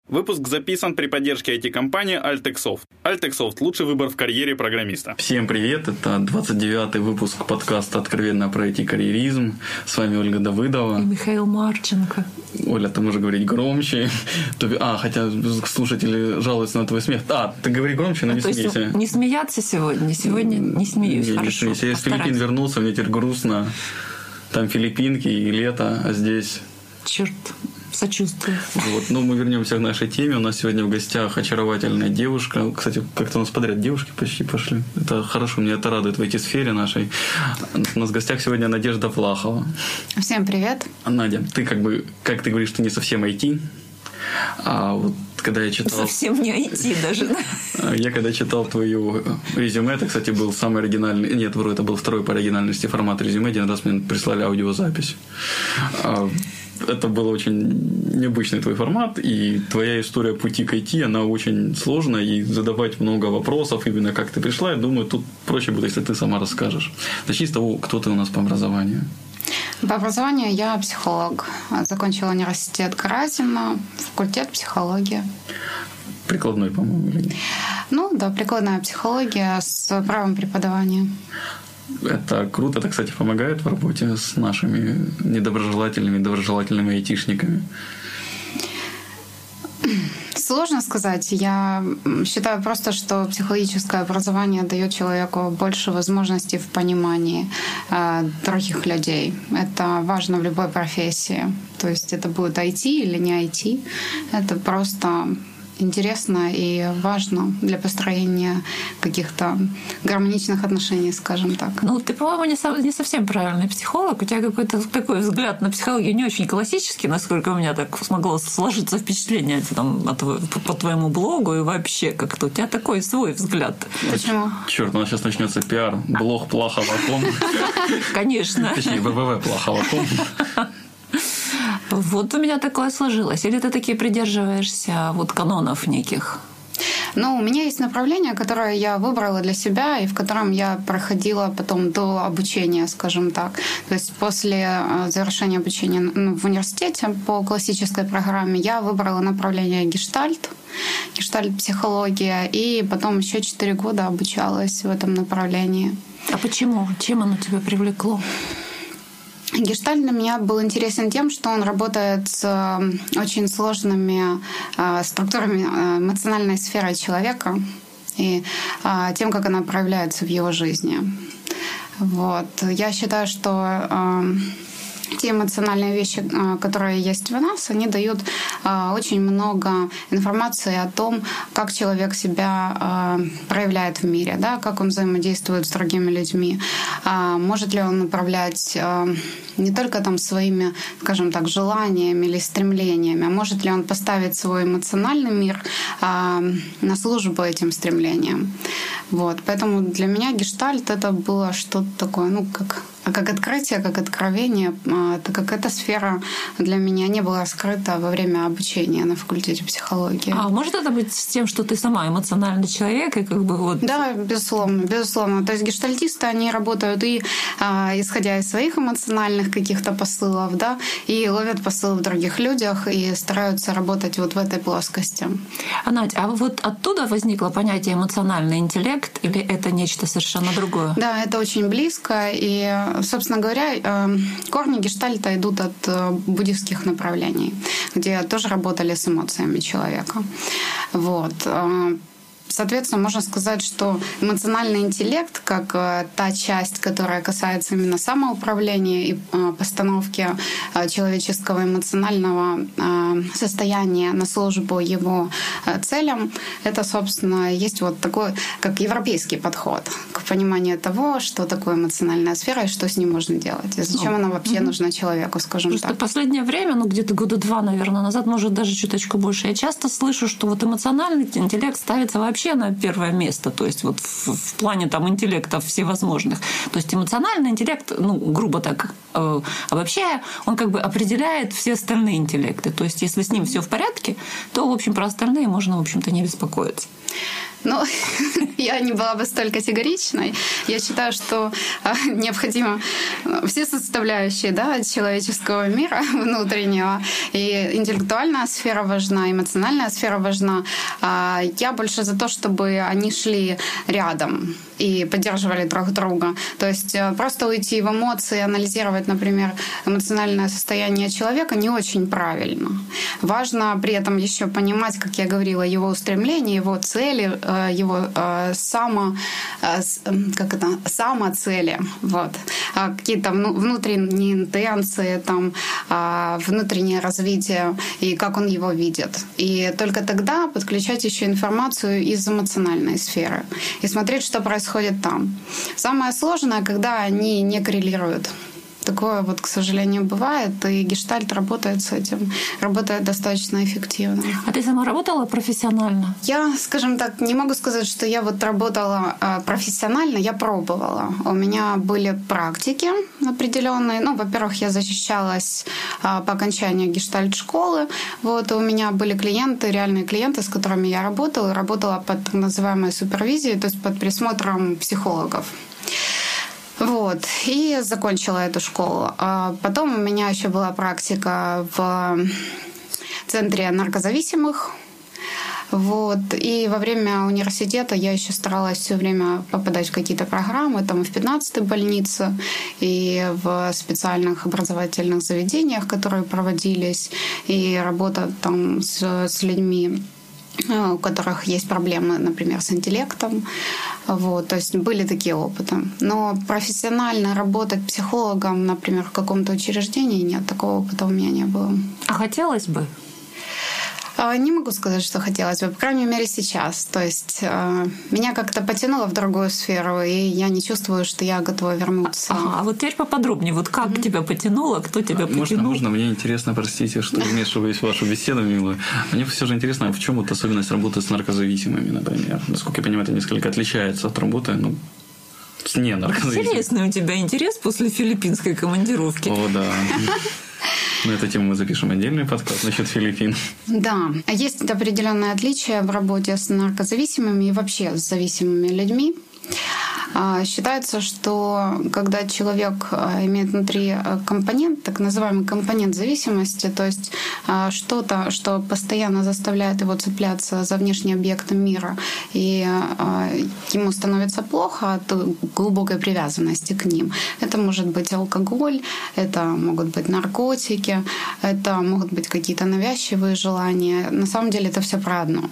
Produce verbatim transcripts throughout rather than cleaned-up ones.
Выпуск записан при поддержке ай ти-компании Altexsoft. Altexsoft – лучший выбор в карьере программиста. Всем привет, это двадцать девятый выпуск подкаста «Откровенно про ай ти-карьеризм». С вами Ольга Давыдова. И Михаил Марченко. Оля, ты можешь говорить громче. А, хотя слушатели жалуются на твой смех. А, ты говори громче, но не а, смейся. То есть не смеяться сегодня? Сегодня не смеюсь, не, хорошо. Не смейся. Я из Филиппин вернулся, мне теперь грустно. Там филиппинки и лето, а здесь... Черт. Сочувствую. Вот. Но мы вернемся к нашей теме. У нас сегодня в гостях очаровательная девушка. Кстати, как-то у нас подряд девушки почти пошли. Это хорошо, мне это радует в ай ти-сфере нашей. У нас в гостях сегодня Надежда Влахова. Всем привет. Надя, ты как бы, как ты говоришь, ты не совсем ай ти. А вот когда я читал... Совсем не ай ти даже, да? Я когда читал твое резюме, это, кстати, был самый оригинальный... Нет, вру, это был второй по оригинальности формат резюме. Один раз мне прислали аудиозапись. Это был очень необычный твой формат, и твоя история пути к ай ти, она очень сложная, и задавать много вопросов, именно как ты пришла, я думаю, тут проще будет, если ты сама расскажешь. Начни с того, кто ты у нас по образованию. По образованию я психолог. Закончила университет Каразина, факультет психологии. Прикладной, по-моему, или нет? Ну, да, прикладная психология с правом преподавания. Это круто, это, кстати, помогает в работе с нашими недоброжелательными, доброжелательными айтишниками. Сложно сказать. Я считаю просто, что психологическое образование дает человеку больше возможностей в понимании э, других людей. Это важно в любой профессии. То есть это будет ай ти или не ай ти. Это просто интересно и важно для построения каких-то гармоничных отношений, скажем так. Ну, ты, по-моему, не, со- не совсем правильный психолог. У тебя какой-то такой взгляд на психологию не очень классический, насколько у меня так смогло сложиться впечатление там, от, по, по твоему блогу и вообще как-то. У тебя такой свой взгляд. Почему? Черт, у нас сейчас начнется пиар. Блог плохого ком. Конечно. Точнее, вэ вэ вэ плохого ком. Вот у меня такое сложилось. Или ты таки придерживаешься вот канонов неких? Ну, у меня есть направление, которое я выбрала для себя и в котором я проходила потом до обучения, скажем так. То есть после завершения обучения в университете по классической программе я выбрала направление гештальт, гештальт-психология, и потом еще четыре года обучалась в этом направлении. А почему? Чем оно тебя привлекло? Гештальт для меня был интересен тем, что он работает с очень сложными э, структурами эмоциональной сферы человека и э, тем, как она проявляется в его жизни. Вот. Я считаю, что э, те эмоциональные вещи, которые есть в нас, они дают очень много информации о том, как человек себя проявляет в мире, да, как он взаимодействует с другими людьми, может ли он управлять не только там своими, скажем так, желаниями или стремлениями, а может ли он поставить свой эмоциональный мир на службу этим стремлениям. Вот. Поэтому для меня гештальт — это было что-то такое, ну, как, как открытие, как откровение, так как эта сфера для меня не была раскрыта во время обучения на факультете психологии. А может это быть с тем, что ты сама эмоциональный человек и как бы вот... Да, безусловно, безусловно. То есть гештальтисты, они работают и а, исходя из своих эмоциональных каких-то посылов, да, и ловят посылы в других людях и стараются работать вот в этой плоскости. А, Надь, а вот оттуда возникло понятие эмоциональный интеллект, или это нечто совершенно другое? Да, это очень близко. И, собственно говоря, корни гештальта идут от буддистских направлений, где тоже работали с эмоциями человека. Вот. Соответственно, можно сказать, что эмоциональный интеллект, как та часть, которая касается именно самоуправления и постановки человеческого эмоционального состояния на службу его целям, это, собственно, есть вот такой, как европейский подход к пониманию того, что такое эмоциональная сфера и что с ней можно делать, и зачем она вообще mm-hmm. нужна человеку, скажем Просто так. В последнее время, ну где-то года два, наверное, назад, может, даже чуточку больше, я часто слышу, что вот эмоциональный интеллект ставится вообще вообще на первое место, то есть вот в, в плане там интеллектов всевозможных. То есть эмоциональный интеллект, ну, грубо так э, обобщая, он как бы определяет все остальные интеллекты. То есть если с ним все в порядке, то, в общем, про остальные можно, в общем-то, не беспокоиться. Ну, я не была бы столь категоричной. Я считаю, что необходимо все составляющие, да, человеческого мира внутреннего. И интеллектуальная сфера важна, эмоциональная сфера важна. Я больше за то, чтобы они шли рядом и поддерживали друг друга. То есть просто уйти в эмоции, анализировать, например, эмоциональное состояние человека не очень правильно. Важно при этом еще понимать, как я говорила, его устремления, его цели, его само, как это, самоцели, вот. Какие-то внутренние интенции, там, внутреннее развитие и как он его видит. И только тогда подключать еще информацию из эмоциональной сферы и смотреть, что происходит там. Самое сложное, когда они не коррелируют. Такое вот, к сожалению, бывает, и гештальт работает с этим, работает достаточно эффективно. А ты сама работала профессионально? Я, скажем так, не могу сказать, что я вот работала профессионально, я пробовала. У меня были практики определенные. Ну, во-первых, я защищалась по окончанию гештальт-школы. Вот, у меня были клиенты, реальные клиенты, с которыми я работала, работала под так называемой супервизией, то есть под присмотром психологов. Вот, и закончила эту школу. А потом у меня еще была практика в центре наркозависимых. Вот. И во время университета я еще старалась все время попадать в какие-то программы, там и в пятнадцатой больнице, и в специальных образовательных заведениях, которые проводились, и работа там с, с людьми, у которых есть проблемы, например, с интеллектом. Вот, то есть были такие опыты. Но профессионально работать психологом, например, в каком-то учреждении, нет, такого опыта у меня не было. А хотелось бы? Не могу сказать, что хотелось бы, по крайней мере, сейчас. То есть меня как-то потянуло в другую сферу, и я не чувствую, что я готова вернуться. Ага, а вот теперь поподробнее. Вот как mm-hmm. тебя потянуло, кто тебя потянул? Можно, можно? Мне интересно, простите, что вмешиваюсь в вашу беседу, милую. Мне все же интересно, в чем вот особенность работы с наркозависимыми, например? Насколько я понимаю, это несколько отличается от работы, ну, с не наркозависимыми. Интересный у тебя интерес после филиппинской командировки. О, да. На эту тему мы запишем отдельный подкаст насчет Филиппин. Да, есть определенные отличия в работе с наркозависимыми и вообще с зависимыми людьми. Считается, что когда человек имеет внутри компонент, так называемый компонент зависимости, то есть что-то, что постоянно заставляет его цепляться за внешние объекты мира, и ему становится плохо от глубокой привязанности к ним. Это может быть алкоголь, это могут быть наркотики, это могут быть какие-то навязчивые желания. На самом деле это все про одно.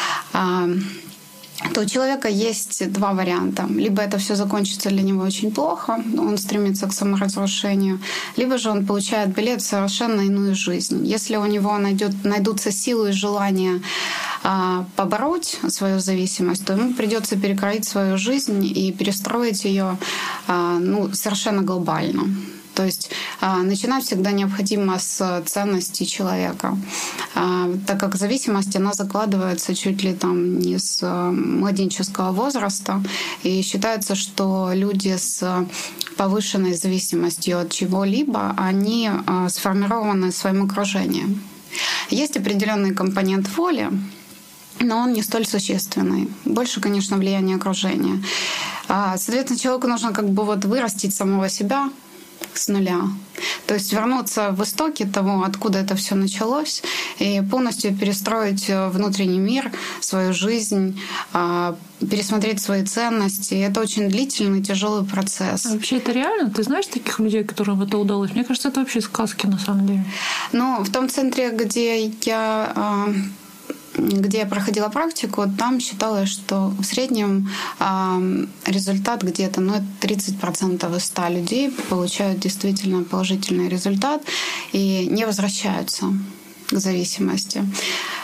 То у человека есть два варианта. Либо это все закончится для него очень плохо, он стремится к саморазрушению, либо же он получает билет в совершенно иную жизнь. Если у него найдет, найдутся силы и желание а, побороть свою зависимость, то ему придется перекроить свою жизнь и перестроить ее а, ну, совершенно глобально. То есть начинать всегда необходимо с ценностей человека, так как зависимость, она закладывается чуть ли там не с младенческого возраста, и считается, что люди с повышенной зависимостью от чего-либо, они сформированы своим окружением. Есть определенный компонент воли, но он не столь существенный. Больше, конечно, влияние окружения. Соответственно, человеку нужно как бы вот вырастить самого себя с нуля. То есть вернуться в истоки того, откуда это все началось, и полностью перестроить внутренний мир, свою жизнь, пересмотреть свои ценности. Это очень длительный, тяжелый процесс. А вообще это реально? Ты знаешь таких людей, которым это удалось? Мне кажется, это вообще сказки на самом деле. Ну, в том центре, где я где я проходила практику, там считалось, что в среднем э, результат где-то ну, тридцать процентов из ста людей получают действительно положительный результат и не возвращаются к зависимости.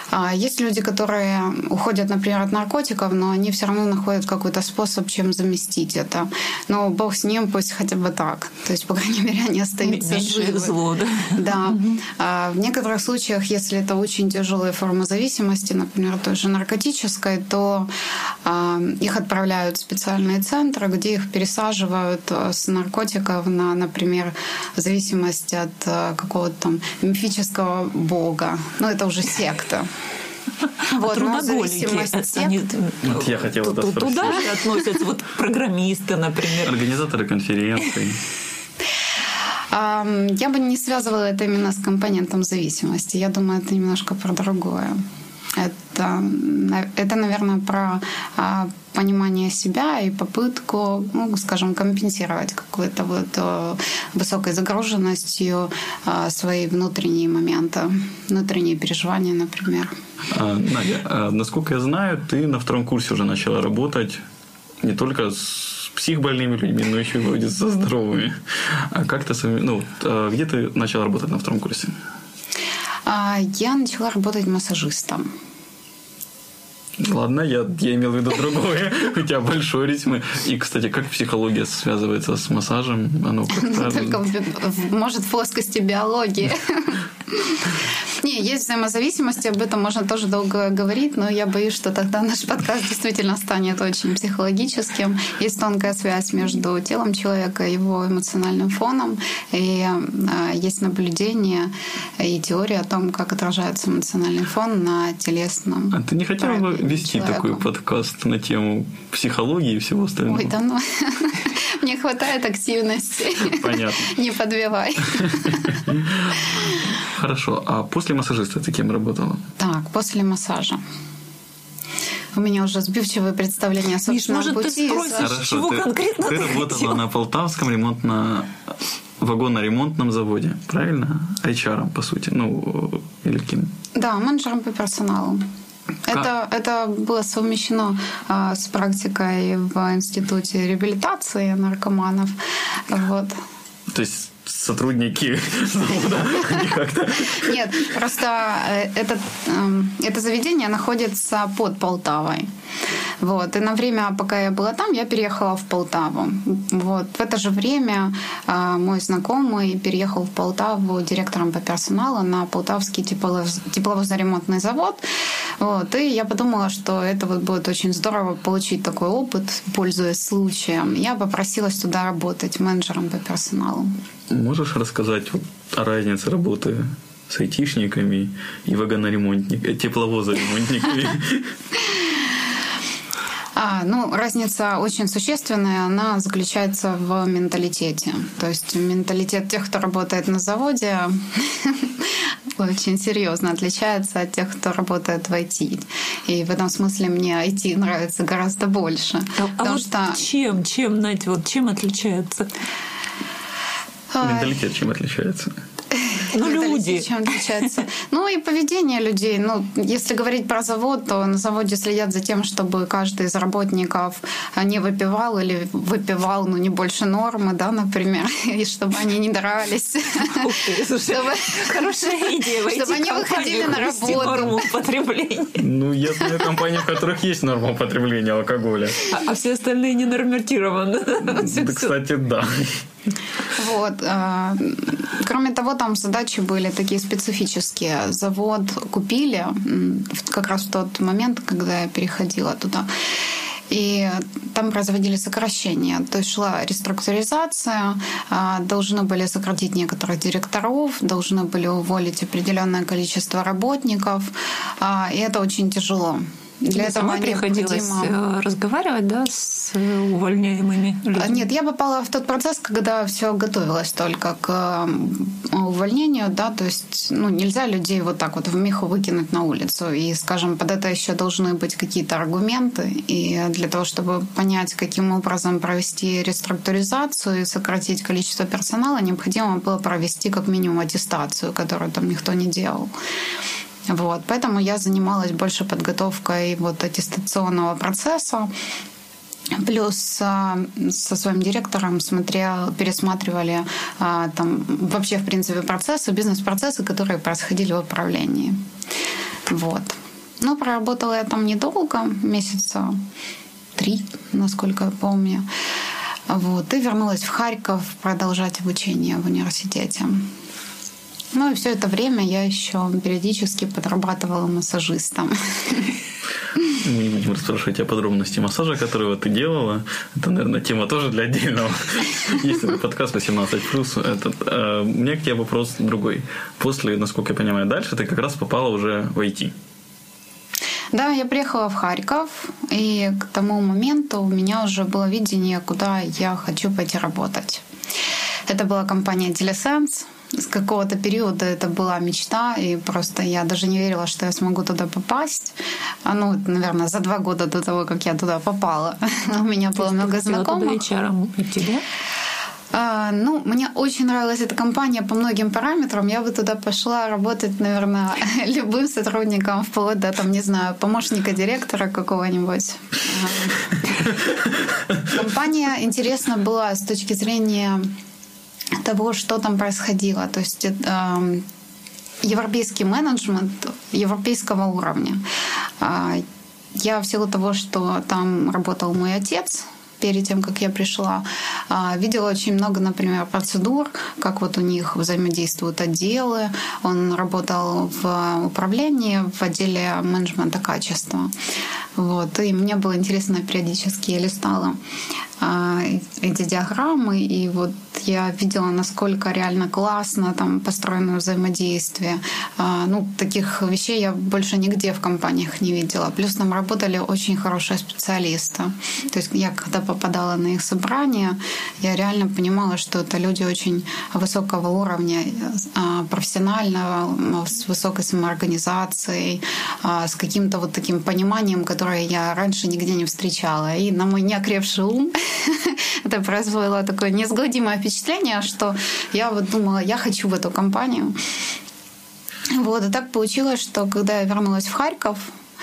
Есть люди, которые уходят, например, от наркотиков, но они все равно находят какой-то способ, чем заместить это. Но бог с ним, пусть хотя бы так. То есть, по крайней мере, они остаются живы. Зло, да? Да. А в некоторых случаях, если это очень тяжелая форма зависимости, например, той же наркотической, то а, их отправляют в специальные центры, где их пересаживают с наркотиков на, например, зависимость от а, какого-то там мифического бога. Ну, это уже секта. Вот, трудоголики, они вот я хотела т- туда же относятся вот программисты, например. Организаторы конференций. Я бы не связывала это именно с компонентом зависимости. Я думаю, это немножко про другое. Это, это наверное, про понимание себя и попытку, ну, скажем, компенсировать какой-то вот высокой загруженностью свои внутренние моменты, внутренние переживания, например. А, Надя, насколько я знаю, ты на втором курсе уже начала работать не только с психбольными людьми, но еще и вроде со здоровыми. А как ты, ну, где ты начала работать на втором курсе? Я начала работать массажистом. Ладно, я, я имел в виду другое. У тебя большой резюме. И, кстати, как психология связывается с массажем? Оно как-то... Только, может, в плоскости биологии. Не, есть взаимозависимость, об этом можно тоже долго говорить, но я боюсь, что тогда наш подкаст действительно станет очень психологическим. Есть тонкая связь между телом человека и его эмоциональным фоном, и есть наблюдение и теория о том, как отражается эмоциональный фон на телесном. А ты не хотела бы вести человеку. такой подкаст на тему психологии и всего остального? Ой, да ну, мне хватает активности. Понятно. Не подбивай. Хорошо. А после массажиста ты кем работала? Так, после массажа. У меня уже сбивчивое представление о собственном Миш, может, пути. ты спросишь, Хорошо, чего ты, конкретно ты ты работала хотела? на Полтавском ремонтно вагонно-ремонтном заводе, правильно? эйч ар, по сути. Ну, или кем? Да, менеджером по персоналу. Это, это было совмещено а, с практикой в Институте реабилитации наркоманов. Вот. То есть сотрудники завода как-то... Нет, просто это, это заведение находится под Полтавой. Вот. И на время, пока я была там, я переехала в Полтаву. Вот. В это же время мой знакомый переехал в Полтаву директором по персоналу на Полтавский тепловоз... тепловозно-ремонтный завод. Вот. И я подумала, что это вот будет очень здорово получить такой опыт, пользуясь случаем. Я попросилась туда работать менеджером по персоналу. Можешь рассказать о разнице работы с айтишниками и вагоноремонтниками, тепловозоремонтниками? А, ну, разница очень существенная, она заключается в менталитете. То есть менталитет тех, кто работает на заводе, очень серьезно отличается от тех, кто работает в ай ти. И в этом смысле мне ай ти нравится гораздо больше. А, а вот что... чем, чем, Надь, вот чем отличается? Менталитет чем отличается? Ну, люди. Чем отличается? Ну, и поведение людей. Ну, если говорить про завод, то на заводе следят за тем, чтобы каждый из работников не выпивал или выпивал, ну, не больше нормы, да, например, и чтобы они не дрались. Хорошая идея. Чтобы они выходили на работу. Норму потребления. Ну, я знаю компании, в которых есть норма потребления алкоголя. А все остальные не норматированы. Кстати, да. Вот. Кроме того, там задачи были такие специфические. Завод купили как раз в тот момент, когда я переходила туда. И там производили сокращения. То есть шла реструктуризация, должны были сократить некоторых директоров, должны были уволить определенное количество работников. И это очень тяжело. Для этого сама приходилось необходимо... разговаривать, да, с увольняемыми людьми? Нет, я попала в тот процесс, когда все готовилось только к увольнению, да, то есть, ну, нельзя людей вот так вот вмиху выкинуть на улицу, и, скажем, под это еще должны быть какие-то аргументы, и для того, чтобы понять, каким образом провести реструктуризацию и сократить количество персонала, необходимо было провести как минимум аттестацию, которую там никто не делал. Вот, поэтому я занималась больше подготовкой вот аттестационного процесса. Плюс а, со своим директором смотрел, пересматривали а, там вообще, в принципе, процессы, бизнес-процессы, которые происходили в управлении. Вот. Но проработала я там недолго, месяца три, насколько я помню. Вот. И вернулась в Харьков продолжать обучение в университете. Ну и все это время я еще периодически подрабатывала массажистом. Мы не будем расспрашивать о подробности массажа, которого ты делала. Это, наверное, тема тоже для отдельного. Есть такой подкаст восемнадцать плюс. Этот, а, у меня к тебе вопрос другой. После, насколько я понимаю, дальше ты как раз попала уже в ай ти. Да, я приехала в Харьков, и к тому моменту у меня уже было видение, куда я хочу пойти работать. Это была компания Telesense. С какого-то периода это была мечта, и просто я даже не верила, что я смогу туда попасть. Ну, наверное, за два года до того, как я туда попала. У меня было много знакомых. эйч ар идти, да? А, ну, мне очень нравилась эта компания по многим параметрам. Я бы туда пошла работать, наверное, любым сотрудником, вплоть до, там, не знаю, помощника директора какого-нибудь. Компания интересна была с точки зрения того, что там происходило. То есть э, европейский менеджмент европейского уровня. Э, я в силу того, что там работал мой отец, перед тем, как я пришла, видела очень много, например, процедур, как вот у них взаимодействуют отделы. Он работал в управлении, в отделе менеджмента качества. Вот. И мне было интересно, периодически я листала эти диаграммы, и вот я видела, насколько реально классно там построено взаимодействие. Ну, таких вещей я больше нигде в компаниях не видела. Плюс там работали очень хорошие специалисты. То есть я, когда попадала на их собрания, я реально понимала, что это люди очень высокого уровня, профессионального, с высокой самоорганизацией, с каким-то вот таким пониманием, которое я раньше нигде не встречала. И на мой неокрепший ум это произвело такое неизгладимое впечатление, что я вот думала, я хочу в эту компанию. Вот, и так получилось, что когда я вернулась в Харьков,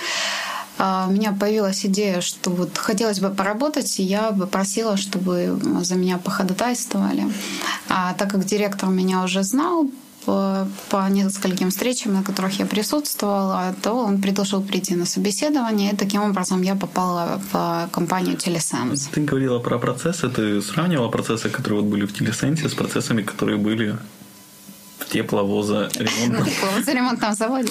у меня появилась идея, что вот хотелось бы поработать, и я бы просила, чтобы за меня походатайствовали. А так как директор меня уже знал по, по нескольким встречам, на которых я присутствовала, то он предложил прийти на собеседование, и таким образом я попала в компанию Telesense. Ты говорила про процессы, ты сравнивала процессы, которые вот были в Telesense, с процессами, которые были в тепловозоремонтном ремонтном заводе.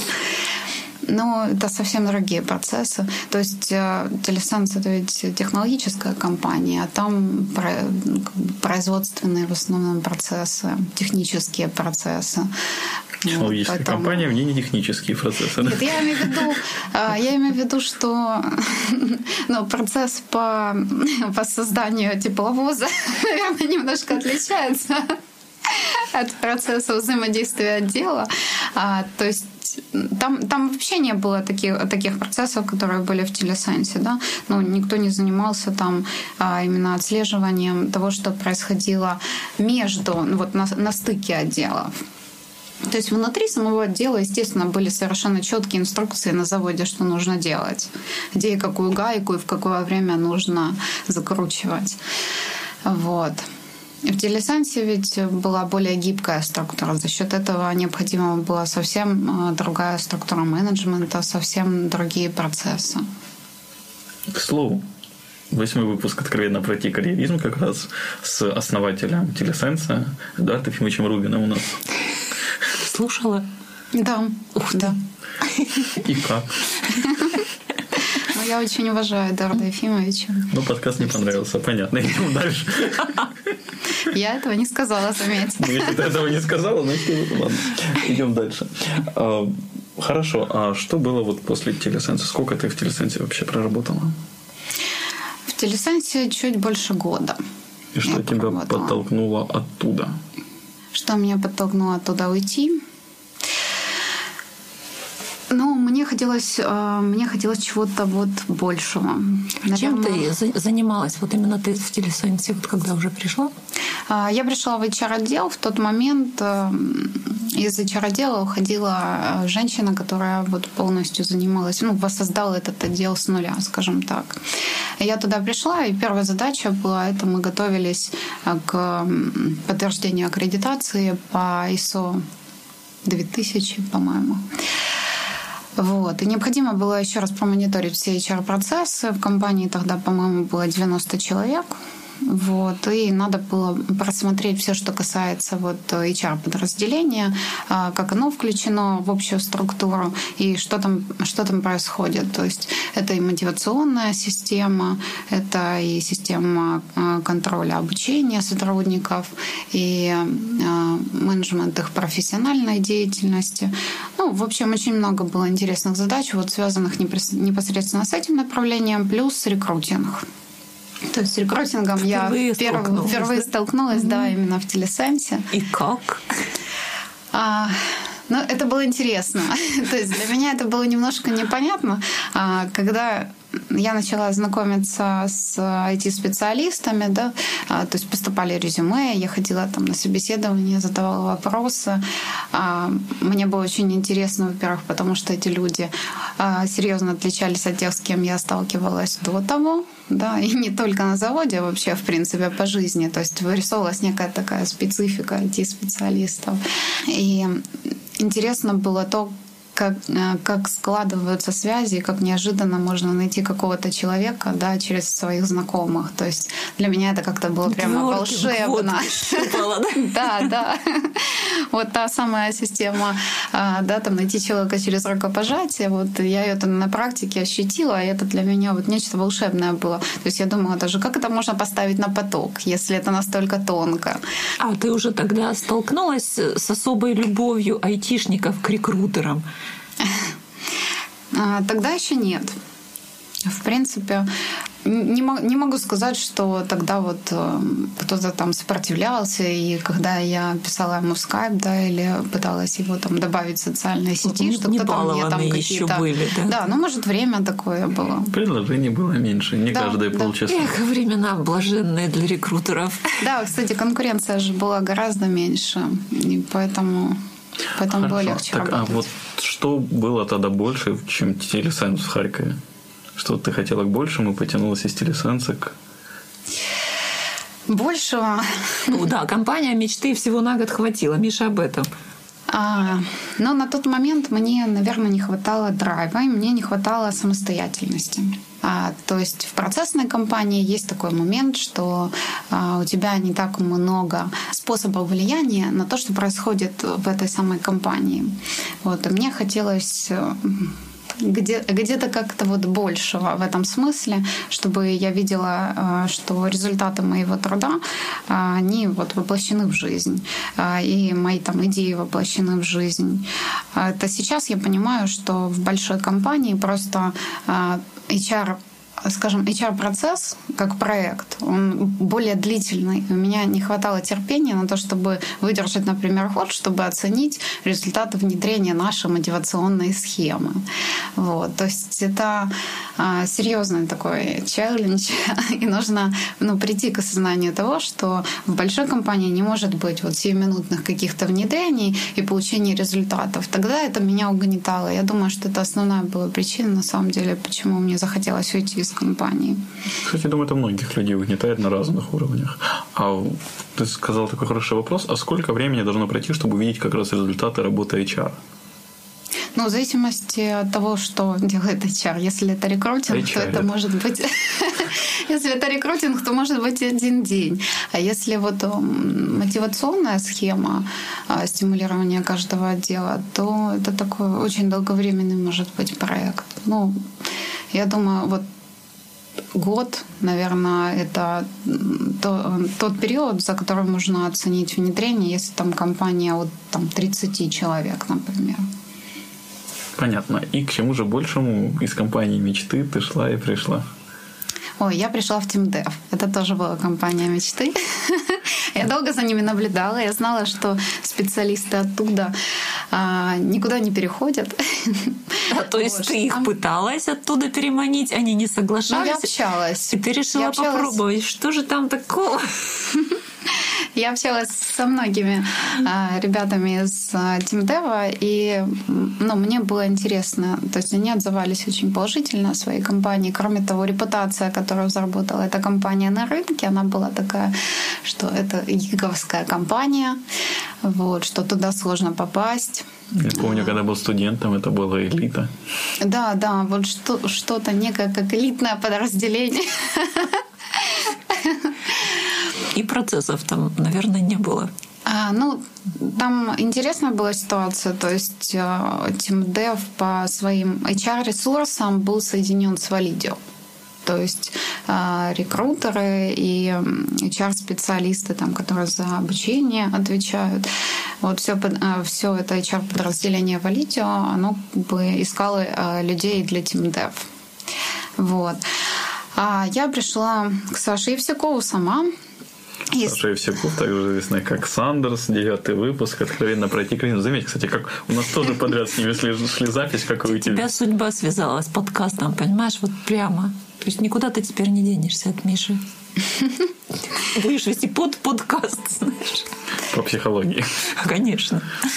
Но это совсем другие процессы. То есть Telesense — это ведь технологическая компания, а там производственные в основном процессы, технические процессы. Технологическая вот, поэтому... компания, в ней не технические процессы. Нет, я имею в виду, я имею в виду, что ну, процесс по, по созданию тепловоза, наверное, немножко отличается от процесса взаимодействия отдела. А, то есть там, там вообще не было таких, таких процессов, которые были в Telesense, да? Ну, никто не занимался там а, именно отслеживанием того, что происходило между, ну, вот на, на стыке отделов. То есть внутри самого отдела, естественно, были совершенно четкие инструкции на заводе, что нужно делать, где и какую гайку, и в какое время нужно закручивать. Вот. В Telesense ведь была более гибкая структура. За счет этого необходима была совсем другая структура менеджмента, совсем другие процессы. К слову, восьмой выпуск «Откровенно пройти карьеризм» как раз с основателем Telesense Эдуардом Ефимовичем Рубиным у нас. Слушала? Да. Ух ты. Да. И как? Ну, я очень уважаю Эдуарда Ефимовича. Ну, подкаст не понравился, понятно. Идем дальше. Я этого не сказала, заметь. Ну, если ты этого не сказала, значит, ладно. Идем дальше. Хорошо, а что было вот после Telesense? Сколько ты в Telesense вообще проработала? В Telesense чуть больше года. И что тебя подтолкнуло оттуда? Что меня подтолкнуло оттуда уйти? Ну, мне хотелось, мне хотелось чего-то вот большего. Чем Наверное... ты занималась? Вот именно ты в Telesense, вот когда уже пришла? Я пришла в эйч ар-отдел. В тот момент из эйч ар-отдела уходила женщина, которая вот полностью занималась, ну, воссоздала этот отдел с нуля, скажем так. Я туда пришла, и первая задача была, это мы готовились к подтверждению аккредитации по ай эс о две тысячи, по-моему. Вот. И необходимо было еще раз промониторить все эйч ар-процессы. В компании тогда, по-моему, было девяносто человек. Вот, и надо было просмотреть все, что касается вот эйч ар-подразделения, как оно включено в общую структуру и что там, что там происходит. То есть это и мотивационная система, это и система контроля обучения сотрудников, и менеджмент их профессиональной деятельности. Ну, в общем, очень много было интересных задач, вот, связанных непосредственно с этим направлением, плюс рекрутинг. То есть с рекрутингом впервые я перв... столкнулась, впервые да? столкнулась, mm-hmm. да, именно в Телесенсе. И как? А, ну, это было интересно. То есть для меня это было немножко непонятно. А, когда я начала знакомиться с ай ти-специалистами, да, а, то есть поступали резюме, я ходила там на собеседование, задавала вопросы. А, мне было очень интересно, во-первых, потому что эти люди а, серьезно отличались от тех, с кем я сталкивалась до того. Да, и не только на заводе, а вообще, в принципе, по жизни. То есть вырисовывалась некая такая специфика ай ти-специалистов. И интересно было то, как, как складываются связи, как неожиданно можно найти какого-то человека, да, через своих знакомых. То есть для меня это как-то было прямо волшебно. Да, да. Вот та самая система, да, там найти человека через рукопожатие. Вот я ее на практике ощутила, и это для меня вот нечто волшебное было. То есть я думала даже, как это можно поставить на поток, если это настолько тонко. А ты уже тогда столкнулась с особой любовью айтишников к рекрутерам? Тогда еще нет. В принципе, не, не могу сказать, что тогда вот кто-то там сопротивлялся, и когда я писала ему в скайп, да, или пыталась его там добавить в социальные сети, не, что кто-то мне там какие-то... Были, да? Да, ну, может, время такое было. Предложений было меньше, не да, каждые да. полчаса. Эх, времена блаженные для рекрутеров. Да, кстати, конкуренция же была гораздо меньше, и поэтому... Поэтому Хорошо. было легче так, работать. А вот что было тогда больше, чем Телесенс в Харькове? Что ты хотела к большему и потянулась из Телесенса к... Большего? Ну да, компания мечты всего на год хватило. Миша об этом. А, но на тот момент мне, наверное, не хватало драйва, и мне не хватало самостоятельности. А, то есть в процессной компании есть такой момент, что а, у тебя не так много способов влияния на то, что происходит в этой самой компании. Вот, и мне хотелось... Где, где-то как-то вот большего в этом смысле, чтобы я видела, что результаты моего труда, они вот воплощены в жизнь, и мои там идеи воплощены в жизнь. Это сейчас я понимаю, что в большой компании просто эйч ар, скажем, эйч ар-процесс как проект, он более длительный. У меня не хватало терпения на то, чтобы выдержать, например, год, чтобы оценить результаты внедрения нашей мотивационной схемы. Вот. То есть это а, серьезный такой челлендж, и нужно ну, прийти к осознанию того, что в большой компании не может быть вот сиюминутных каких-то внедрений и получения результатов. Тогда это меня угнетало. Я думаю, что это основная была причина, на самом деле, почему мне захотелось уйти из компании. Кстати, думаю, это многих людей угнетает на разных уровнях. А ты сказал такой хороший вопрос. А сколько времени должно пройти, чтобы увидеть как раз результаты работы эйч ар? Ну, в зависимости от того, что делает эйч ар. Если это рекрутинг, эйч ар, то это да. может быть... Если это рекрутинг, то может быть один день. А если вот мотивационная схема стимулирования каждого отдела, то это такой очень долговременный может быть проект. Ну, я думаю, вот год, наверное, это тот период, за которым можно оценить внедрение, если там компания от там, тридцати человек, например. Понятно. И к чему же большему из компании мечты ты шла и пришла? Ой, я пришла в TeamDev. Это тоже была компания мечты. Я долго за ними наблюдала. Я знала, что специалисты оттуда а, никуда не переходят. А, то есть вот, ты их там... пыталась оттуда переманить, они не соглашались? Ну, я общалась. И ты решила я общалась... попробовать. Что же там такого? Я общалась со многими а, ребятами из TeamDev, и ну, мне было интересно. То есть они отзывались очень положительно о своей компании. Кроме того, репутация, которую заработала эта компания на рынке, она была такая, что это гиговская компания, вот, что туда сложно попасть. Я помню, когда был студентом, это была элита. Да, да, вот что, что-то некое, как элитное подразделение. И процессов там, наверное, не было. А, ну, там интересная была ситуация. То есть TeamDev по своим эйч ар-ресурсам был соединен с Validio. То есть э, рекрутеры и эйч ар-специалисты, там, которые за обучение отвечают, вот все, э, все это эйч ар-подразделение Validio, оно как бы искало э, людей для TeamDev. Вот. А я пришла к Саше Евсюкову сама. Саша Евсюков, также известный как Сандерс, девятый выпуск, откровенно пройти клиент. Заметь, кстати, как у нас тоже подряд с ними шли, шли запись, как и у тебя. Тебя судьба связалась с подкастом, понимаешь, вот прямо. То есть никуда ты теперь не денешься от Миши. Будешь вести под подкаст, знаешь. По психологии. Конечно.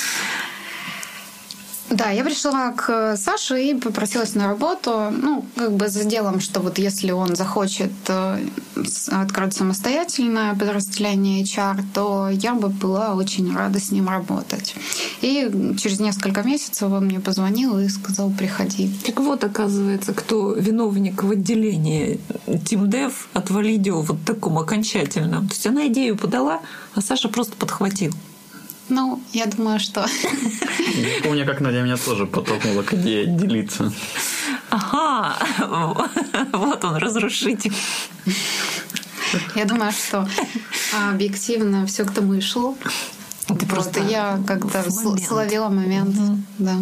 Да, я пришла к Саше и попросилась на работу, ну, как бы за делом, что вот если он захочет открыть самостоятельное подразделение эйч ар, то я бы была очень рада с ним работать. И через несколько месяцев он мне позвонил и сказал: приходи. Так вот, оказывается, кто виновник в отделении TeamDev от Validio вот таком окончательном. То есть она идею подала, а Саша просто подхватил. Ну, я думаю, что... Я помню, как Надя меня тоже подтолкнула к идее отделиться. Ага, вот он, разрушитель. Я думаю, что объективно все к тому и шло. Ты вот, просто и я как-то момент. словила момент. Угу. Да.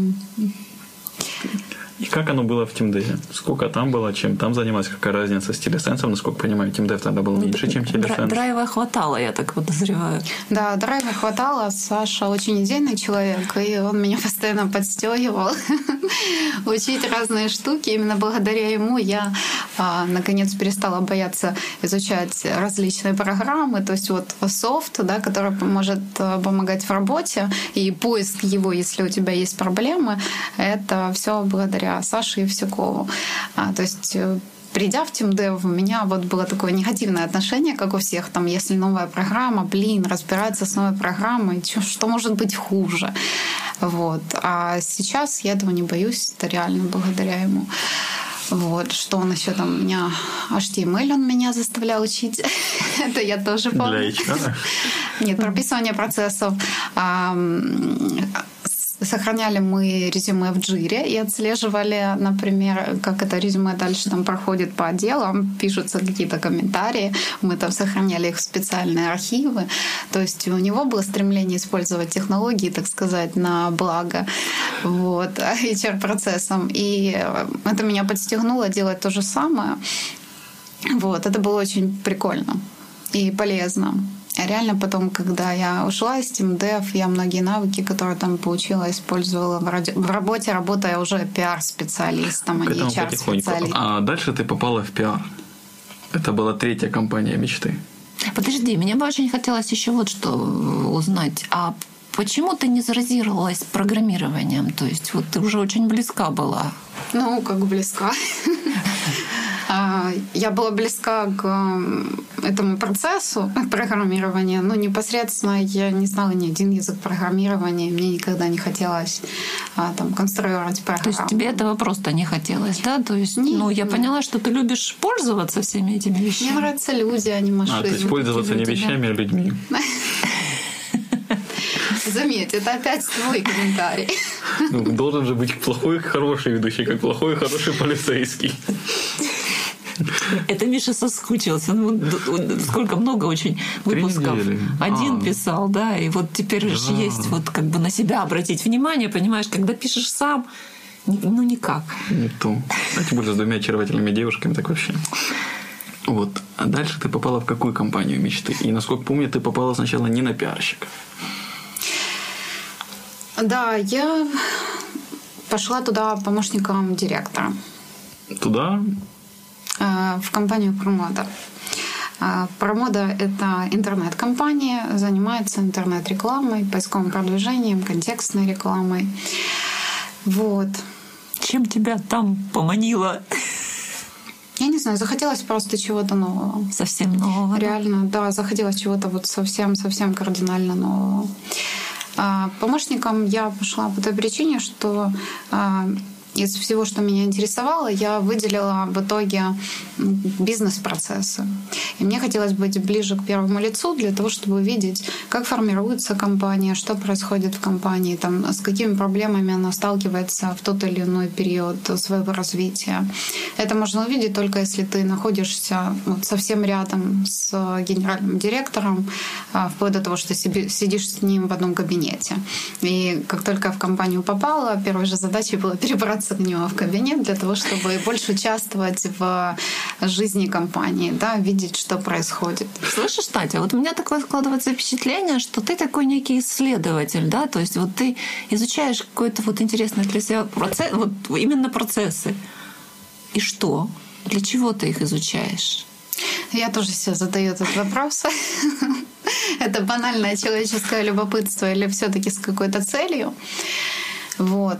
И как оно было в TeamDev? Сколько там было, чем там занималась, какая разница с телесенсом? Насколько понимаю, TeamDev тогда был меньше, чем телесенс. Драйва хватало, я так подозреваю. Да, драйва хватало. Саша очень идейный человек, и он меня постоянно подстегивал учить разные штуки. Именно благодаря ему я, наконец, перестала бояться изучать различные программы. То есть вот софт, да, который может помогать в работе, и поиск его, если у тебя есть проблемы, это все благодаря Саше Евсюкову. А, то есть придя в TeamDev, у меня вот было такое негативное отношение, как у всех. Там, если новая программа, блин, разбираться с новой программой, что может быть хуже? Вот. А сейчас я этого не боюсь, это реально благодаря ему. Вот. Что он еще там у меня... эйч ти эм эль он меня заставлял учить. Это я тоже помню. Для эйч ар? Нет, прописывание процессов. Сохраняли мы резюме в Джире и отслеживали, например, как это резюме дальше там проходит по отделам, пишутся какие-то комментарии, мы там сохраняли их в специальные архивы. То есть у него было стремление использовать технологии, так сказать, на благо вот, эйч ар-процессам. И это меня подстегнуло делать то же самое. Вот, это было очень прикольно и полезно. Реально потом, когда я ушла из TeamDev, я многие навыки, которые там получила, использовала в работе, работая уже пиар-специалистом, а не эйч ар-специалистом. А дальше ты попала в пиар. Это была третья компания мечты. Подожди, мне бы очень хотелось еще вот что узнать. А почему ты не заразировалась программированием? То есть вот ты уже очень близка была. Ну, как близка. Я была близка к этому процессу программирования, но непосредственно я не знала ни один язык программирования, мне никогда не хотелось а, там, конструировать программу. То есть тебе этого просто не хотелось, да? То есть, нет, ну, я нет. поняла, что ты любишь пользоваться всеми этими вещами. Мне нравятся люди, а не машины. А, то есть пользоваться не вещами, а людьми. Заметь, это опять твой комментарий. Ну, должен же быть плохой и хороший ведущий, как плохой и хороший полицейский. Это Миша соскучился. Ну, сколько много очень выпусков. Один а. писал, да, и вот теперь да. же есть вот как бы на себя обратить внимание, понимаешь, когда пишешь сам, ну никак. Не то. А тем более с двумя очаровательными девушками, так вообще. Вот. А дальше ты попала в какую компанию мечты? И, насколько помню, ты попала сначала не на пиарщика. Да, я пошла туда помощником директора. Туда? В компанию Promoter. Промода — это интернет-компания, занимается интернет-рекламой, поисковым продвижением, контекстной рекламой. Вот. Чем тебя там поманило? Я не знаю, захотелось просто чего-то нового. Совсем нового. Реально, да, захотелось чего-то вот совсем-совсем кардинально нового. Помощником я пошла по той причине, что из всего, что меня интересовало, я выделила в итоге бизнес-процессы. И мне хотелось быть ближе к первому лицу для того, чтобы увидеть, как формируется компания, что происходит в компании, там, с какими проблемами она сталкивается в тот или иной период своего развития. Это можно увидеть только если ты находишься вот совсем рядом с генеральным директором, вплоть до того, что сидишь с ним в одном кабинете. И как только я в компанию попала, первой же задачей было перебраться к нему в кабинет для того, чтобы больше участвовать в жизни компании, да, видеть, что происходит. Слышишь, Татья, вот у меня такое складывается впечатление, что ты такой некий исследователь, да, то есть вот ты изучаешь какой-то вот интересный для себя процесс, вот именно процессы. И что? Для чего ты их изучаешь? Я тоже себе задаю этот вопрос. Это банальное человеческое любопытство или все-таки с какой-то целью? Вот.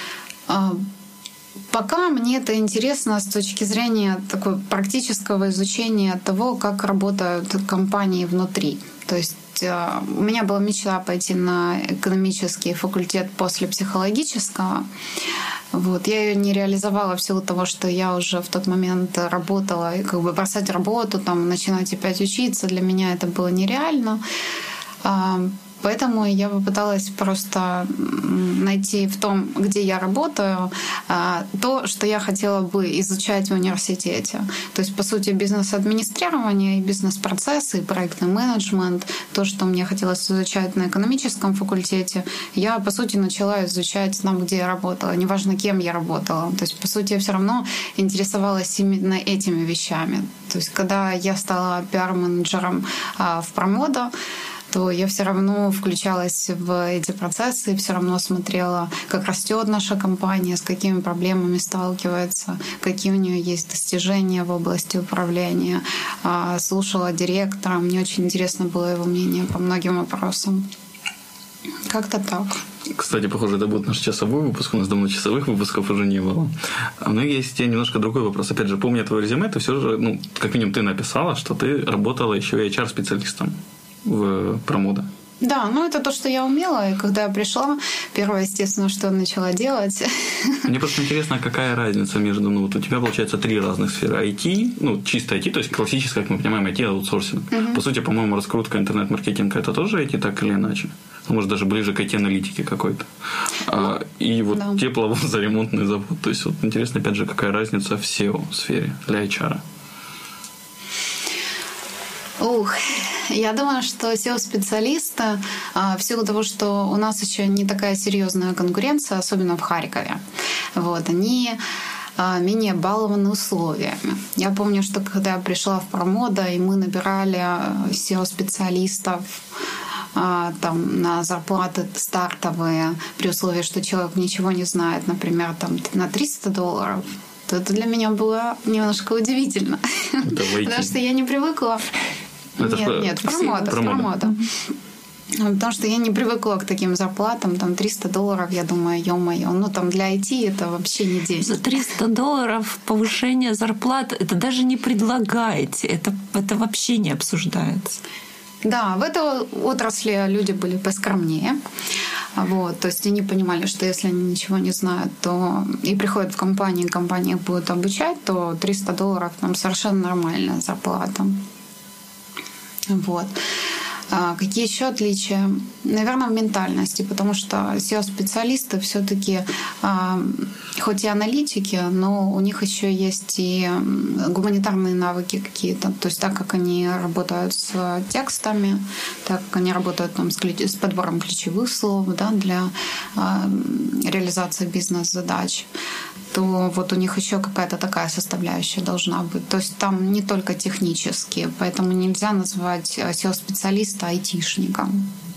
Пока мне это интересно с точки зрения такой практического изучения того, как работают компании внутри. То есть у меня была мечта пойти на экономический факультет после психологического. Вот. Я ее не реализовала в силу того, что я уже в тот момент работала, и как бы бросать работу, там, начинать опять учиться, для меня это было нереально. Поэтому я попыталась просто найти в том, где я работаю, то, что я хотела бы изучать в университете. То есть, по сути, бизнес-администрирование, и бизнес-процессы, и проектный менеджмент, то, что мне хотелось изучать на экономическом факультете, я, по сути, начала изучать там, где я работала, неважно, кем я работала. То есть, по сути, я все равно интересовалась именно этими вещами. То есть, когда я стала пиар-менеджером в Промода, то я все равно включалась в эти процессы, все равно смотрела, как растет наша компания, с какими проблемами сталкивается, какие у нее есть достижения в области управления. Слушала директора, мне очень интересно было его мнение по многим вопросам. Как-то так. Кстати, похоже, это будет наш часовой выпуск. У нас давно часовых выпусков уже не было. Но есть немножко другой вопрос. Опять же, помня твое резюме, ты все же, ну, как минимум, ты написала, что ты работала еще и эйч ар-специалистом в Промода. Да, ну это то, что я умела. И когда я пришла, первое, естественно, что я начала делать. Мне просто интересно, какая разница между... Ну, вот у тебя, получается, три разных сферы. ай ти, ну, чисто ай ти, то есть классическое, как мы понимаем, ай ти, аутсорсинг. Угу. По сути, по-моему, раскрутка интернет-маркетинга — это тоже ай ти, так или иначе? Ну, может, даже ближе к ай ти-аналитике какой-то. Ну, а, и вот да. Тепловозоремонтный завод. То есть, вот интересно, опять же, какая разница в сео-сфере для эйч ар. Ух, я думаю, что сео-специалисты, в силу того, что у нас еще не такая серьезная конкуренция, особенно в Харькове, вот, они менее балованы условиями. Я помню, что когда я пришла в Промода, и мы набирали сео-специалистов там, на зарплаты стартовые, при условии, что человек ничего не знает, например, там, на триста долларов, то это для меня было немножко удивительно. Потому что я не привыкла... Это нет, в... нет, Промода, Промода. Потому что я не привыкла к таким зарплатам, там триста долларов, я думаю, ё-моё, ну там для ай ти это вообще не день. За триста долларов повышение зарплат, это даже не предлагаете, это, это вообще не обсуждается. Да, в этой отрасли люди были поскромнее. Вот, то есть они понимали, что если они ничего не знают, то и приходят в компанию, компания их будет обучать, то триста долларов там совершенно нормальная зарплата. Вот. А какие еще отличия? Наверное, в ментальности, потому что сео-специалисты все-таки, хоть и аналитики, но у них еще есть и гуманитарные навыки какие-то. То есть так как они работают с текстами, так как они работают там, с, ключ... с подбором ключевых слов, да, для реализации бизнес-задач, то вот у них еще какая-то такая составляющая должна быть. То есть там не только технические, поэтому нельзя назвать сео-специалиста айтишником.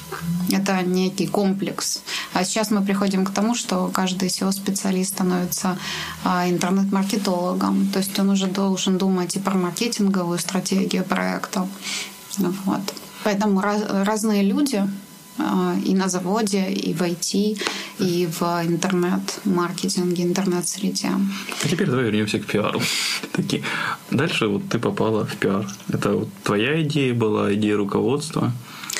Это некий комплекс. А сейчас мы приходим к тому, что каждый сео-специалист становится интернет-маркетологом. То есть он уже должен думать и про маркетинговую стратегию проекта. Вот. Поэтому раз, разные люди и на заводе, и в ай ти, и в интернет-маркетинге, интернет-среде. А теперь давай вернемся к пиару. Таки. Дальше вот ты попала в пиар. Это вот твоя идея была, идея руководства?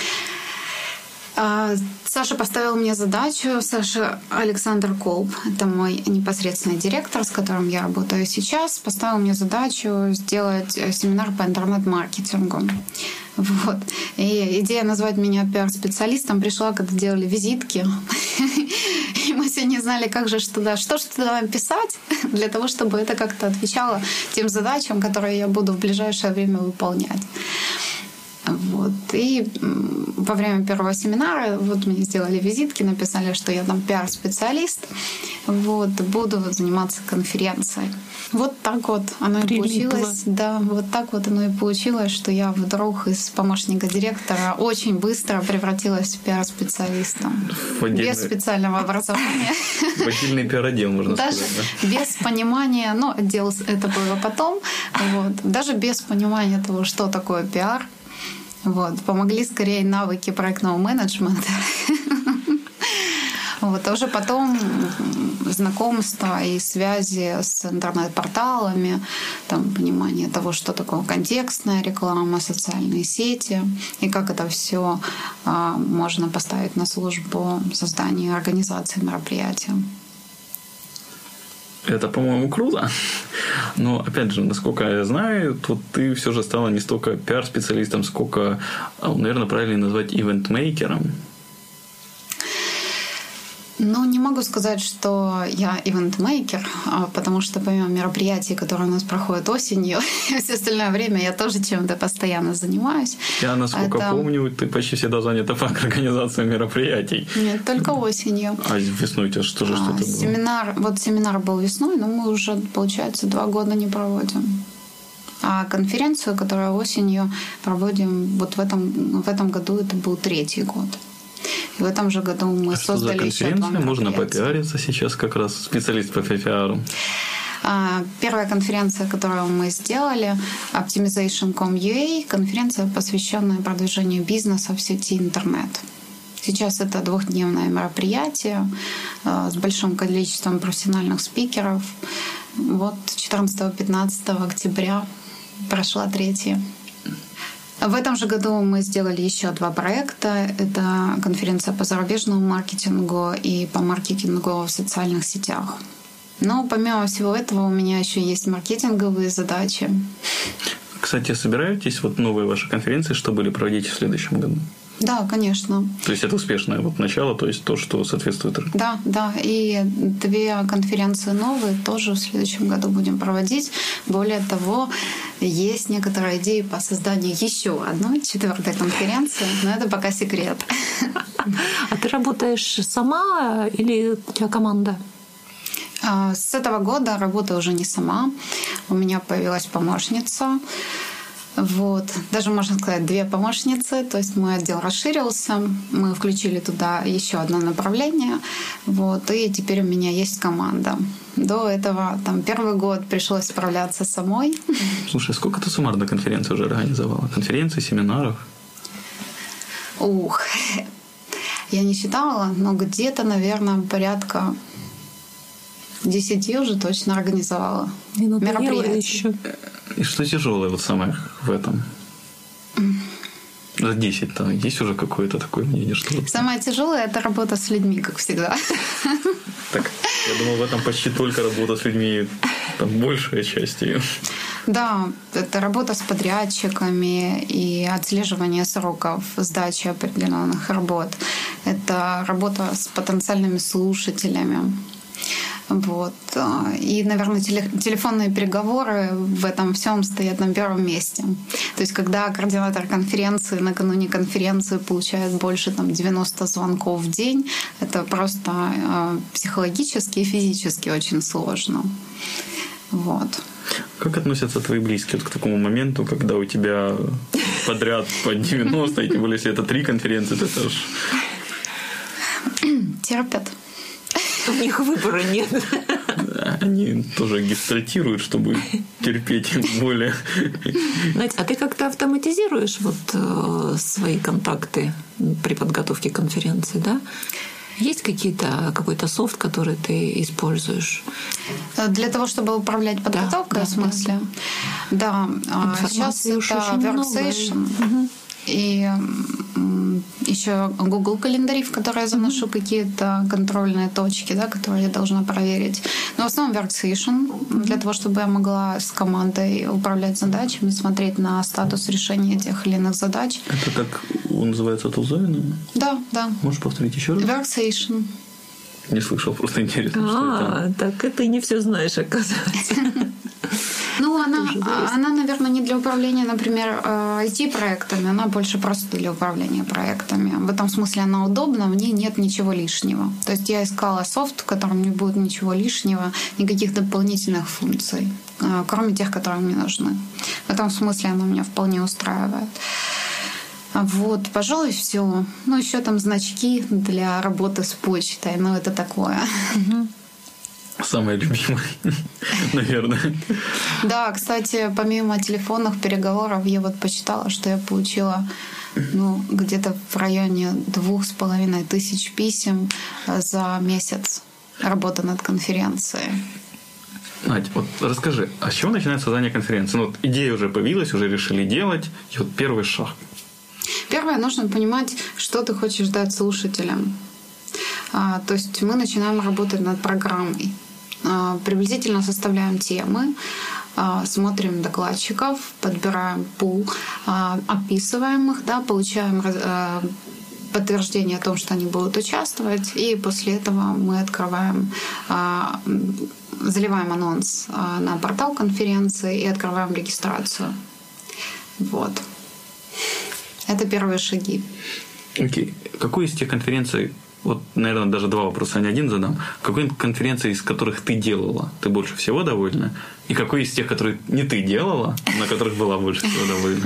Саша поставил мне задачу. Саша Александр Колб, это мой непосредственный директор, с которым я работаю сейчас, поставил мне задачу сделать семинар по интернет-маркетингу. Вот. И идея назвать меня пиар-специалистом пришла, когда делали визитки. И мы все не знали, как же туда, что же туда писать, для того, чтобы это как-то отвечало тем задачам, которые я буду в ближайшее время выполнять. Вот. И во время первого семинара вот мне сделали визитки, написали, что я там пиар-специалист, вот, буду вот заниматься конференцией. Вот так вот оно и получилось. Да, вот так вот оно и получилось, что я вдруг из помощника директора очень быстро превратилась в пиар-специалиста. Отдельный... Без специального образования. В отдельный пиар-отдел, можно даже сказать. Да? Без понимания, ну, отдел это было потом, вот, даже без понимания того, что такое пиар. Вот, помогли скорее навыки проектного менеджмента. Вот, а уже потом знакомство и связи с интернет-порталами, там, понимание того, что такое контекстная реклама, социальные сети, и как это все а, можно поставить на службу создания и организации мероприятия. Это, по-моему, круто. Но, опять же, насколько я знаю, то ты все же стала не столько пиар-специалистом, сколько, наверное, правильно назвать ивент-мейкером. Ну, не могу сказать, что я ивент-мейкер, потому что помимо мероприятий, которые у нас проходят осенью, все остальное время я тоже чем-то постоянно занимаюсь. Я, насколько Это... помню, ты почти всегда занята по организации мероприятий. Нет, только осенью. А весной у тебя что же что-то было? Семинар, вот семинар был весной, но мы уже, получается, два года не проводим. А конференцию, которую осенью проводим, вот в этом, в этом году это был третий год. И в этом же году мы а создали еще еще два мероприятия. Можно попиариться сейчас как раз специалист по пиару. Первая конференция, которую мы сделали, Optimization точка ком точка ю а, конференция, посвященная продвижению бизнеса в сети интернет. Сейчас это двухдневное мероприятие с большим количеством профессиональных спикеров. Вот четырнадцатого-пятнадцатого октября прошла третья. В этом же году мы сделали еще два проекта. Это конференция по зарубежному маркетингу и по маркетингу в социальных сетях. Но помимо всего этого у меня еще есть маркетинговые задачи. Кстати, собираетесь вот новые ваши конференции, что были проводить в следующем году? Да, конечно. То есть это успешное вот начало, то есть то, что соответствует рынку? Да, да. И две конференции новые тоже в следующем году будем проводить. Более того, есть некоторые идеи по созданию еще одной четвертой конференции, но это пока секрет. А ты работаешь сама или у тебя команда? С этого года работаю уже не сама. У меня появилась помощница. Вот. Даже, можно сказать, две помощницы. То есть мой отдел расширился. Мы включили туда еще одно направление. Вот. И теперь у меня есть команда. До этого там, первый год пришлось справляться самой. Слушай, сколько ты суммарно конференций уже организовала? Конференций, семинаров? Ух, я не считала, но где-то, наверное, порядка десяти уже точно организовала. Мероприятия. Еще. И что тяжелое вот самое в этом? За десять-то есть уже какое-то такое мнение, что... Самое тяжелое — это работа с людьми, как всегда. Так, я думал, в этом почти только работа с людьми, там большая часть ее. Да, это работа с подрядчиками и отслеживание сроков сдачи определенных работ. Это работа с потенциальными слушателями. Вот. И, наверное, телефонные переговоры в этом всем стоят на первом месте. То есть, когда координатор конференции накануне конференции получает больше там, девяносто звонков в день, это просто психологически и физически очень сложно. Вот. Как относятся твои близкие к такому моменту, когда у тебя подряд по девяносто, и тем более, если это три конференции, то это ж... Терпят. У них выбора нет. Да, они тоже гестальтируют, чтобы терпеть более. Знаете, а ты как-то автоматизируешь вот э, свои контакты при подготовке конференции, да? Есть какие-то, какой-то софт, который ты используешь? Для того, чтобы управлять подготовкой, да, в смысле? Да. да. Сейчас это Workstation. Угу. И еще Google календари, в которые я заношу mm-hmm. какие-то контрольные точки, да, которые я должна проверить. Но в основном Workstation, для того, чтобы я могла с командой управлять задачами, смотреть на статус решения тех или иных задач. Это как он называется Тулзовина? Да, да. Можешь повторить еще раз? Workstation. Не слышал, просто интересно. А, что это. Так и ты не все знаешь, оказывается. Ну, она, она, наверное, не для управления, например, ай ти-проектами, она больше просто для управления проектами. В этом смысле она удобна, в ней нет ничего лишнего. То есть я искала софт, в котором не будет ничего лишнего, никаких дополнительных функций, кроме тех, которые мне нужны. В этом смысле она меня вполне устраивает. Вот, пожалуй, все. Ну, еще там значки для работы с почтой, но это такое. Самое любимое, наверное. Да, кстати, помимо телефонных переговоров, я вот почитала, что я получила ну, где-то в районе двух с половиной тысяч писем за месяц работы над конференцией. Надь, вот расскажи, а с чего начинается создание конференции? Ну, вот идея уже появилась, уже решили делать, и вот первый шаг. Первое, нужно понимать, что ты хочешь дать слушателям. А, то есть мы начинаем работать над программой. А, приблизительно составляем темы, а, смотрим докладчиков, подбираем пул, а, описываем их, да, получаем а, подтверждение о том, что они будут участвовать, и после этого мы открываем, а, заливаем анонс а, на портал конференции и открываем регистрацию. Вот. Это первые шаги. Окей. Okay. Какой из тех конференций, вот, наверное, даже два вопроса, а не один задам. Какой конференции, из которых ты делала, ты больше всего довольна? И какой из тех, которые не ты делала, на которых была больше всего довольна?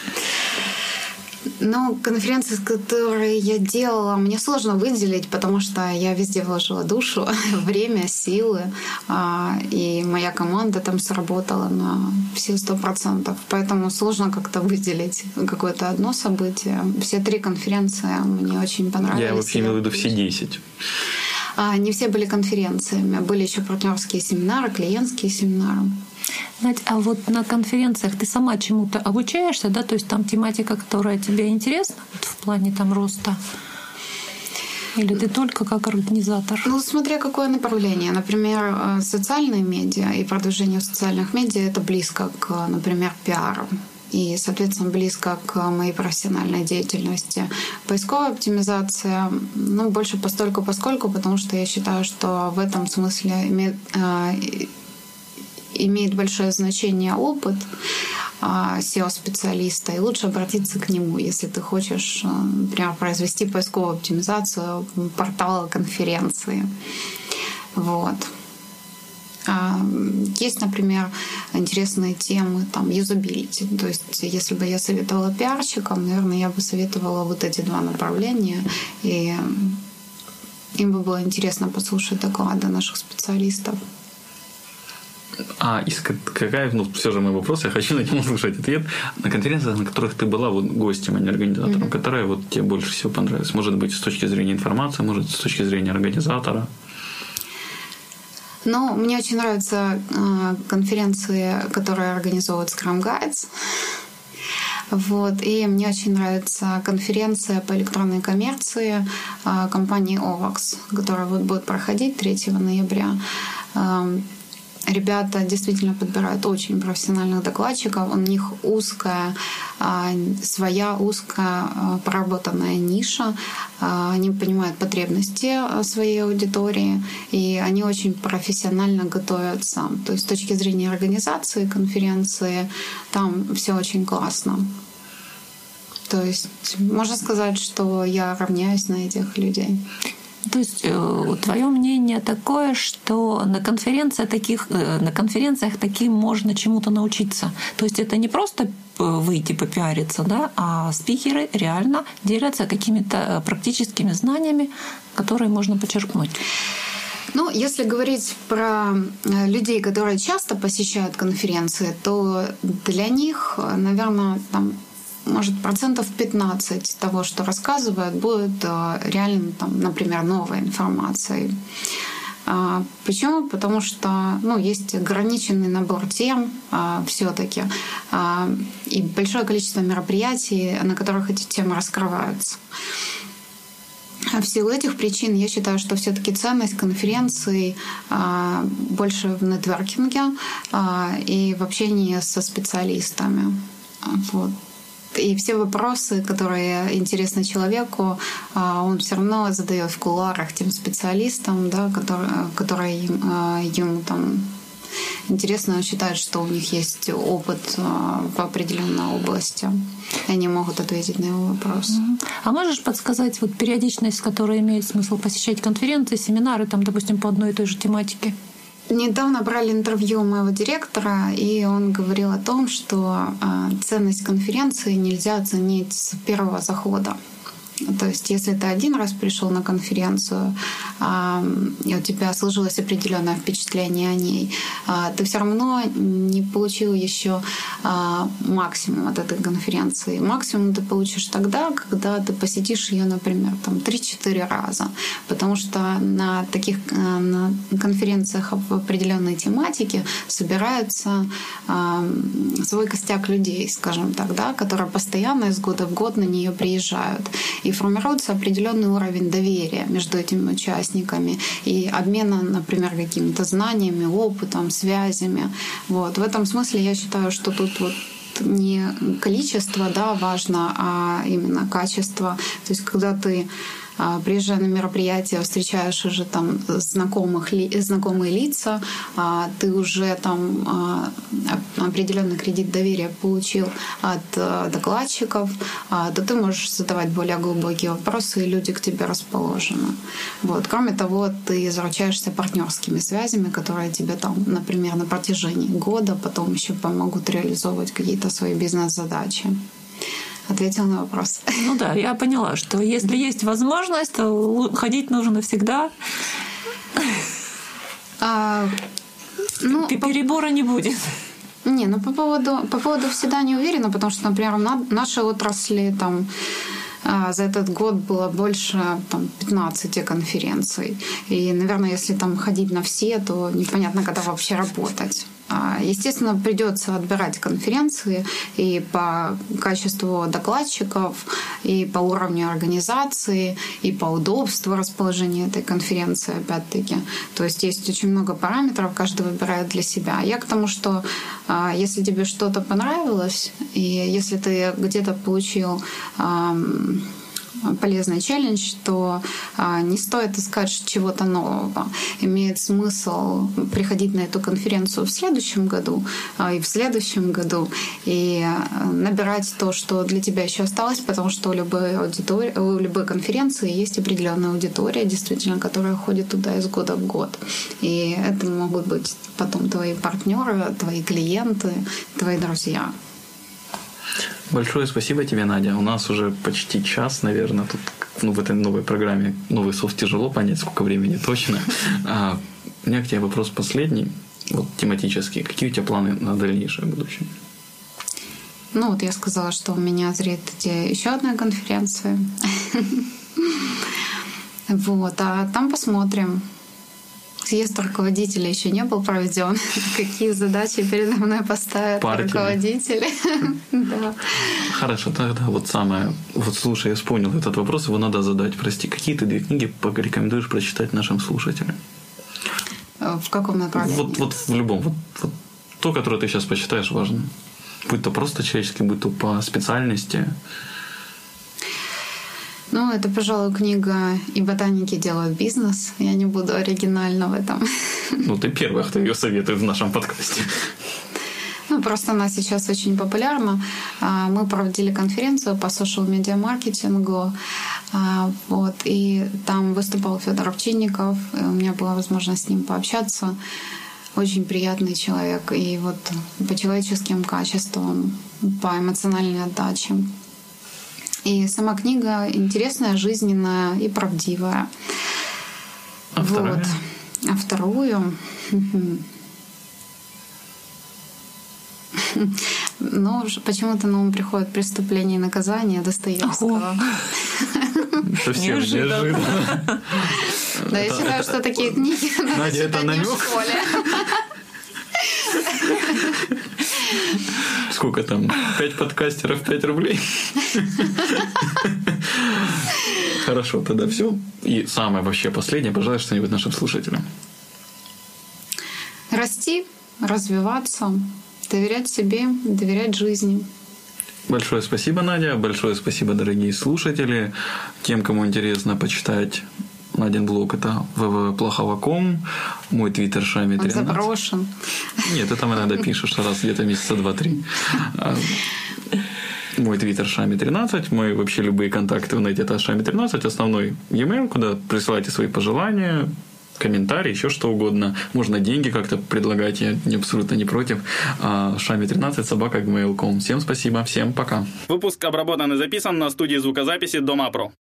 Ну, конференции, которые я делала, мне сложно выделить, потому что я везде вложила душу, время, силы, и моя команда там сработала на все сто процентов. Поэтому сложно как-то выделить какое-то одно событие. Все три конференции мне очень понравились. Я вообще имел в виду все десять. Не все были конференциями. Были еще партнерские семинары, клиентские семинары. Знаете, а вот на конференциях ты сама чему-то обучаешься, да? То есть там тематика, которая тебе интересна вот в плане там роста? Или ты только как организатор? Ну, смотря какое направление. Например, социальные медиа и продвижение в социальных медиа — это близко к, например, пиару. И, соответственно, близко к моей профессиональной деятельности. Поисковая оптимизация, ну, больше постольку-поскольку, потому что я считаю, что в этом смысле имеет, э, имеет большое значение опыт э, сео-специалиста, и лучше обратиться к нему, если ты хочешь, например, произвести поисковую оптимизацию портала конференции. Вот. Есть, например, интересные темы, там, юзабилити. То есть, если бы я советовала пиарщикам, наверное, я бы советовала вот эти два направления. И им бы было интересно послушать доклады наших специалистов. А из какая, ну, все же мой вопрос, я хочу на него услышать ответ. На конференциях, на которых ты была вот гостем, а не организатором, mm-hmm. которая вот тебе больше всего понравилась? Может быть, с точки зрения информации, может, с точки зрения организатора? Ну, мне очень нравятся э, конференции, которые организовывают Scrum Guides. Вот. И мне очень нравится конференция по электронной коммерции э, компании Ovax, которая вот будет проходить третьего ноября. Э, Ребята действительно подбирают очень профессиональных докладчиков. У них узкая, своя узкая проработанная ниша. Они понимают потребности своей аудитории, и они очень профессионально готовятся. То есть с точки зрения организации конференции там все очень классно. То есть можно сказать, что я равняюсь на этих людей. То есть твое мнение такое, что на конференциях таких, на конференциях таким можно чему-то научиться. То есть это не просто выйти попиариться, да, а спикеры реально делятся какими-то практическими знаниями, которые можно почерпнуть. Ну, если говорить про людей, которые часто посещают конференции, то для них, наверное, там, может, процентов пятнадцать того, что рассказывают, будет реально, там, например, новой информацией. Почему? Потому что ну, есть ограниченный набор тем все-таки и большое количество мероприятий, на которых эти темы раскрываются. В силу этих причин я считаю, что все-таки ценность конференции больше в нетворкинге и в общении со специалистами. Вот. И все вопросы, которые интересны человеку, он все равно задает в кулуарах тем специалистам, да, которые, которые ему там интересно, он считает, что у них есть опыт в определенной области, и они могут ответить на его вопросы. А можешь подсказать вот периодичность, с которой имеет смысл посещать конференции, семинары, там, допустим, по одной и той же тематике? Недавно брали интервью у моего директора, и он говорил о том, что ценность конференции нельзя оценить с первого захода. То есть, если ты один раз пришел на конференцию, и у тебя сложилось определенное впечатление о ней, ты все равно не получил еще максимум от этой конференции. Максимум ты получишь тогда, когда ты посетишь ее, например, там три-четыре раза. Потому что на таких на конференциях в определенной тематике собирается свой костяк людей, скажем так, да, которые постоянно из года в год на нее приезжают. И формируется определенный уровень доверия между этими участниками и обмена, например, какими-то знаниями, опытом, связями. Вот. В этом смысле я считаю, что тут вот не количество, да, важно, а именно качество. То есть когда ты, приезжая на мероприятие, встречаешь уже там знакомых, знакомые лица, ты уже там определенный кредит доверия получил от докладчиков, то ты можешь задавать более глубокие вопросы, и люди к тебе расположены. Вот. Кроме того, ты заручаешься партнерскими связями, которые тебе там, например, на протяжении года потом еще помогут реализовывать какие-то свои бизнес-задачи. Ответила на вопрос. Ну да, я поняла, что если есть возможность, то ходить нужно всегда. А, ну, перебора по... не будет. Не, ну по поводу, по поводу всегда не уверена, потому что, например, в нашей отрасли там за этот год было больше там, пятнадцати конференций. И, наверное, если там ходить на все, то непонятно, когда вообще работать. Естественно, придется отбирать конференции и по качеству докладчиков, и по уровню организации, и по удобству расположения этой конференции, опять-таки. То есть есть очень много параметров, каждый выбирает для себя. Я к тому, что если тебе что-то понравилось, и если ты где-то получил полезный челлендж, то а, не стоит искать чего-то нового. Имеет смысл приходить на эту конференцию в следующем году а, и в следующем году и набирать то, что для тебя еще осталось, потому что у любой, аудитори... у любой конференции есть определенная аудитория, действительно, которая ходит туда из года в год. И это могут быть потом твои партнеры, твои клиенты, твои друзья. Большое спасибо тебе, Надя. У нас уже почти час, наверное, тут ну, в этой новой программе «Новый софт» тяжело понять, сколько времени точно. А, у меня к тебе вопрос последний, вот тематический. Какие у тебя планы на дальнейшее будущее? Ну вот я сказала, что у меня зреет еще одна конференция. Вот, а там посмотрим. Съезд руководителей еще не был проведен. Какие задачи передо мной поставят Партии. руководители? Да. Хорошо, тогда вот самое... Вот слушай, я вспомнил этот вопрос, его надо задать. Прости, какие ты две книги порекомендуешь прочитать нашим слушателям? В каком направлении? Вот, вот в любом. Вот, вот то, которое ты сейчас почитаешь, важно. Будь то просто человеческий, будь то по специальности. Ну, это, пожалуй, книга «И ботаники делают бизнес». Я не буду оригинальна в этом. Ну, ты первая, кто ее советует в нашем подкасте. Ну, просто она сейчас очень популярна. Мы проводили конференцию по social-медиа-маркетингу. Вот, и там выступал Федор Овчинников, и у меня была возможность с ним пообщаться. Очень приятный человек, и вот по человеческим качествам, по эмоциональной отдаче. И сама книга интересная, жизненная и правдивая. А вот. вторая? А вторую... Но почему-то на ум приходит «Преступление и наказание» Достоевского. Совсем неожиданно. Да, я считаю, что такие книги надо читать не в школе. Сколько там? Пять подкастеров, пять рублей? Хорошо, тогда все. И самое вообще последнее, пожалуйста, что-нибудь нашим слушателям. Расти, развиваться, доверять себе, доверять жизни. Большое спасибо, Надя. Большое спасибо, дорогие слушатели. Тем, кому интересно почитать Надин блог, это вэ вэ вэ плохого точка ком. Мой твиттер Шами тринадцать. Он заброшен. Нет, ты там иногда пишешь раз где-то месяца два-три. Мой твиттер Шами тринадцать. Мои вообще любые контакты вы найдете это Шами тринадцать. Основной e-mail, куда присылайте свои пожелания, комментарии, еще что угодно. Можно деньги как-то предлагать, я абсолютно не против. Шами тринадцать собака джи мейл точка ком. Всем спасибо, всем пока. Выпуск обработан и записан на студии звукозаписи Дома Про.